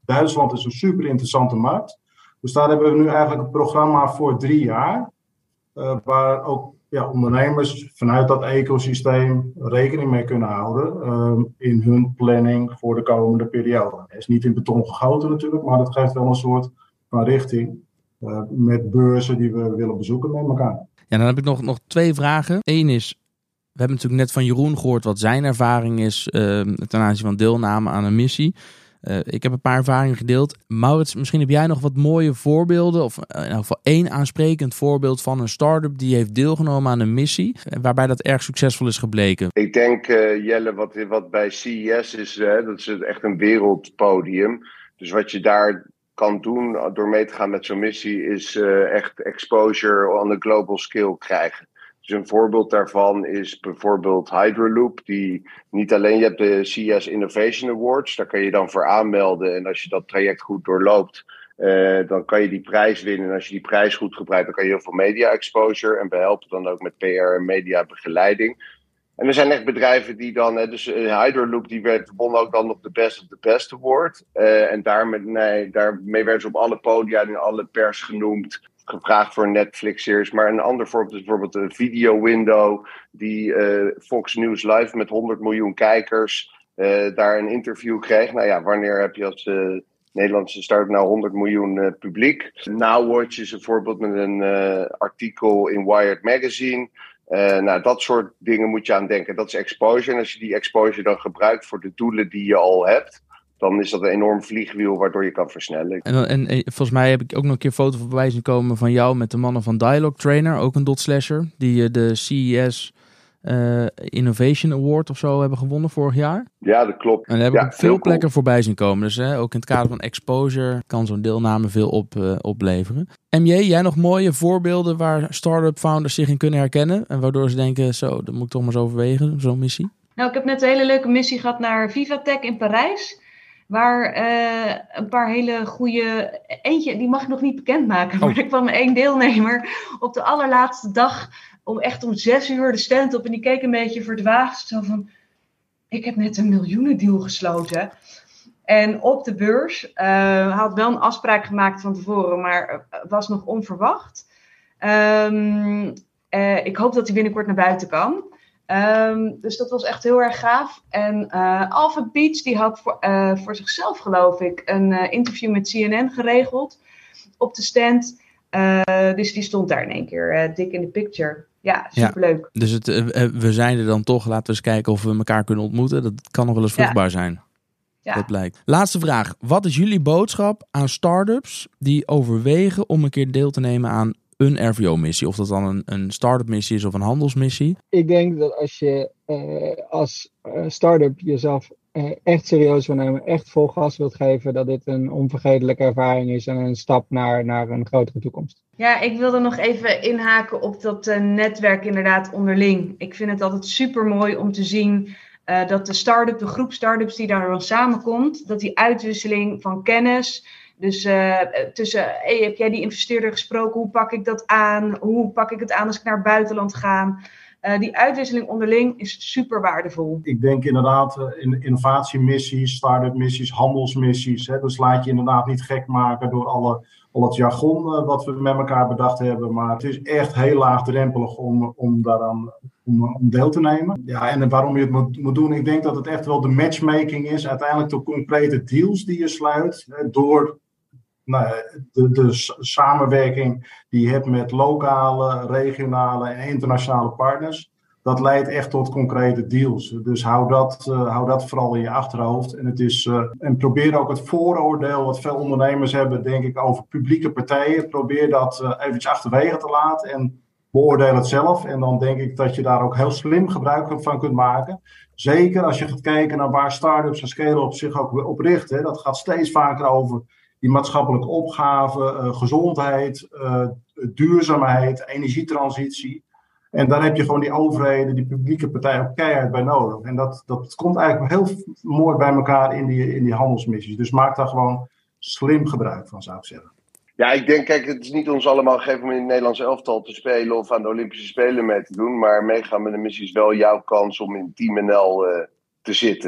Duitsland is een super interessante markt. Dus daar hebben we nu eigenlijk een programma voor drie jaar. Uh, waar ook ja, ondernemers vanuit dat ecosysteem rekening mee kunnen houden. Uh, in hun planning voor de komende periode. Het is niet in beton gegoten natuurlijk. Maar dat geeft wel een soort van richting. Uh, met beurzen die we willen bezoeken met elkaar. Ja, dan heb ik nog, nog twee vragen. Eén is, we hebben natuurlijk net van Jeroen gehoord wat zijn ervaring is uh, ten aanzien van deelname aan een missie. Uh, ik heb een paar ervaringen gedeeld. Maurits, misschien heb jij nog wat mooie voorbeelden, of in ieder geval één aansprekend voorbeeld van een start-up die heeft deelgenomen aan een missie, waarbij dat erg succesvol is gebleken. Ik denk, uh, Jelle, wat, wat bij C E S is, uh, dat is echt een wereldpodium. Dus wat je daar kan doen door mee te gaan met zo'n missie is uh, echt exposure on a global scale krijgen. Dus een voorbeeld daarvan is bijvoorbeeld Hydroloop. Die niet alleen, je hebt de C E S Innovation Awards, daar kan je dan voor aanmelden. En als je dat traject goed doorloopt, uh, dan kan je die prijs winnen. En als je die prijs goed gebruikt, dan kan je heel veel media exposure. En behelpen dan ook met P R en media begeleiding. En er zijn echt bedrijven die dan, hè, dus uh, Hydroloop die werd, won ook dan nog de Best of the Best Award. Uh, en daarmee, nee, daarmee werden ze op alle podia en in alle pers genoemd. Gevraagd voor een Netflix-series. Maar een ander voorbeeld is bijvoorbeeld een video window die uh, Fox News Live met honderd miljoen kijkers uh, daar een interview kreeg. Nou ja, wanneer heb je als uh, Nederlandse start nou honderd miljoen uh, publiek? Nowwatch is een voorbeeld met een uh, artikel in Wired Magazine. Uh, nou, dat soort dingen moet je aan denken. Dat is exposure. En als je die exposure dan gebruikt voor de doelen die je al hebt, dan is dat een enorm vliegwiel waardoor je kan versnellen. En, en, en volgens mij heb ik ook nog een keer een foto voorbij zien komen van jou met de mannen van Dialogue Trainer, ook een dotslasher, die de C E S uh, Innovation Award of zo hebben gewonnen vorig jaar. Ja, dat klopt. En daar heb ja, ik ook veel cool. plekken voorbij zien komen. Dus hè, ook in het kader van exposure kan zo'n deelname veel op, uh, opleveren. M J, jij nog mooie voorbeelden waar start-up founders zich in kunnen herkennen en waardoor ze denken, zo, dat moet ik toch maar eens overwegen, zo'n missie? Nou, ik heb net een hele leuke missie gehad naar Vivatech in Parijs. Waar uh, een paar hele goede... Eentje, die mag ik nog niet bekendmaken. Maar oh. Er kwam één deelnemer op de allerlaatste dag om echt om zes uur de stand op. En die keek een beetje verdwaasd. Zo van, ik heb net een miljoenendeal gesloten. En op de beurs uh, had wel een afspraak gemaakt van tevoren. Maar uh, was nog onverwacht. Um, uh, ik hoop dat hij binnenkort naar buiten kan. Um, dus dat was echt heel erg gaaf. En uh, Alpha Beach die had voor, uh, voor zichzelf, geloof ik, een uh, interview met C N N geregeld op de stand. Uh, dus die stond daar in één keer uh, dik in de picture. Ja, superleuk. Ja, dus het, uh, we zijn er dan toch. Laten we eens kijken of we elkaar kunnen ontmoeten. Dat kan nog wel eens vruchtbaar ja. zijn. Ja. Dat blijkt. Laatste vraag. Wat is jullie boodschap aan start-ups die overwegen om een keer deel te nemen aan een R V O-missie? Of dat dan een, een start-up missie is of een handelsmissie? Ik denk dat als je uh, als uh, start-up jezelf uh, echt serieus wil nemen, echt vol gas wilt geven, dat dit een onvergetelijke ervaring is en een stap naar, naar een grotere toekomst. Ja, ik wilde nog even inhaken op dat uh, netwerk inderdaad onderling. Ik vind het altijd super mooi om te zien uh, dat de start-up, de groep start-ups die daar dan samenkomt, dat die uitwisseling van kennis, dus uh, tussen, hey, heb jij die investeerder gesproken? Hoe pak ik dat aan? Hoe pak ik het aan als ik naar het buitenland ga? Uh, die uitwisseling onderling is super waardevol. Ik denk inderdaad in innovatiemissies, start-up missies, handelsmissies. Hè, dus laat je inderdaad niet gek maken door alle, al het jargon uh, wat we met elkaar bedacht hebben. Maar het is echt heel laagdrempelig om, om daaraan om, om deel te nemen. Ja, en waarom je het moet, moet doen, ik denk dat het echt wel de matchmaking is. Uiteindelijk de concrete deals die je sluit hè, door Nou, de, de samenwerking die je hebt met lokale, regionale en internationale partners, dat leidt echt tot concrete deals. Dus hou dat, uh, hou dat vooral in je achterhoofd. En, het is, uh, en probeer ook het vooroordeel wat veel ondernemers hebben, denk ik, over publieke partijen. Probeer dat uh, eventjes achterwege te laten en beoordeel het zelf. En dan denk ik dat je daar ook heel slim gebruik van kunt maken. Zeker als je gaat kijken naar waar start-ups en scale-ups zich ook op richten. Dat gaat steeds vaker over die maatschappelijke opgave, uh, gezondheid, uh, duurzaamheid, energietransitie. En daar heb je gewoon die overheden, die publieke partijen ook keihard bij nodig. En dat, dat komt eigenlijk heel mooi bij elkaar in die, in die handelsmissies. Dus maak daar gewoon slim gebruik van, zou ik zeggen. Ja, ik denk, kijk, het is niet ons allemaal gegeven om in het Nederlands elftal te spelen of aan de Olympische Spelen mee te doen. Maar meegaan met de missie is wel jouw kans om in Team N L uh, te zitten.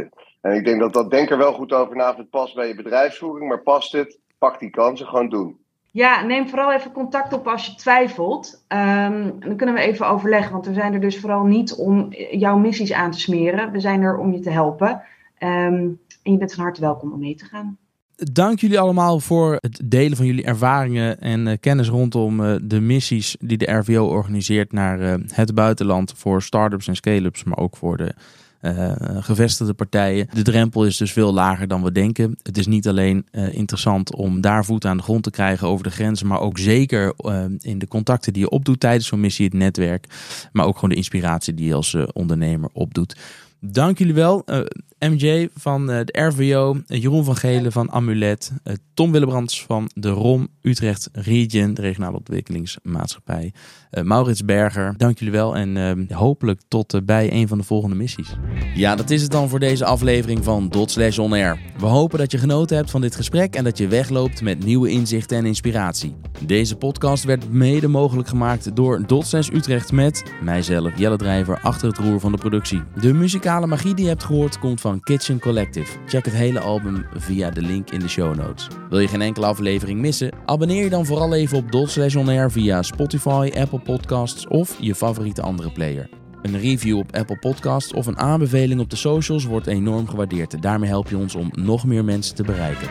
En ik denk dat dat denk er wel goed over na of het past bij je bedrijfsvoering. Maar past het, pak die kansen, gewoon doen. Ja, neem vooral even contact op als je twijfelt. Um, dan kunnen we even overleggen. Want we zijn er dus vooral niet om jouw missies aan te smeren. We zijn er om je te helpen. Um, en je bent van harte welkom om mee te gaan. Dank jullie allemaal voor het delen van jullie ervaringen en uh, kennis rondom uh, de missies die de R V O organiseert naar uh, het buitenland voor start-ups en scale-ups, maar ook voor de uh, gevestigde partijen. De drempel is dus veel lager dan we denken. Het is niet alleen uh, interessant om daar voet aan de grond te krijgen over de grenzen, maar ook zeker uh, in de contacten die je opdoet tijdens zo'n missie, het netwerk, maar ook gewoon de inspiratie die je als uh, ondernemer opdoet. Dank jullie wel. Uh, M J van uh, de R V O, uh, Jeroen van Gelen van Amulet, uh, Tom Willebrands van de R O M Utrecht Region, de regionale ontwikkelingsmaatschappij, uh, Maurits Berger. Dank jullie wel en uh, hopelijk tot uh, bij een van de volgende missies. Ja, dat is het dan voor deze aflevering van Dot Slash On Air. We hopen dat je genoten hebt van dit gesprek en dat je wegloopt met nieuwe inzichten en inspiratie. Deze podcast werd mede mogelijk gemaakt door Dot Slash Utrecht met mijzelf, Jelle Drijver, achter het roer van de productie. De muzikale magie die je hebt gehoord komt van Kitchen Collective. Check het hele album via de link in de show notes. Wil je geen enkele aflevering missen? Abonneer je dan vooral even op Dot Slash On Air via Spotify, Apple Podcasts of je favoriete andere player. Een review op Apple Podcasts of een aanbeveling op de socials wordt enorm gewaardeerd. Daarmee help je ons om nog meer mensen te bereiken.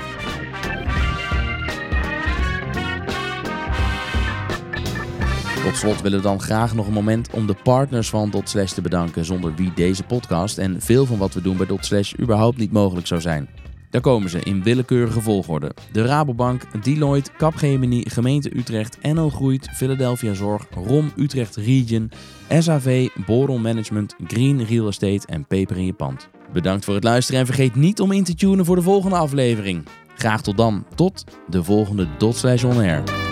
Tot slot willen we dan graag nog een moment om de partners van Dot Slash te bedanken, zonder wie deze podcast en veel van wat we doen bij Dot Slash überhaupt niet mogelijk zou zijn. Daar komen ze in willekeurige volgorde. De Rabobank, Deloitte, Capgemini, Gemeente Utrecht, N L Groeit, Philadelphia Zorg, R O M Utrecht Region, S A V, Boron Management, Green Real Estate en Peper in je pand. Bedankt voor het luisteren en vergeet niet om in te tunen voor de volgende aflevering. Graag tot dan. Tot de volgende Dot Slash On Air.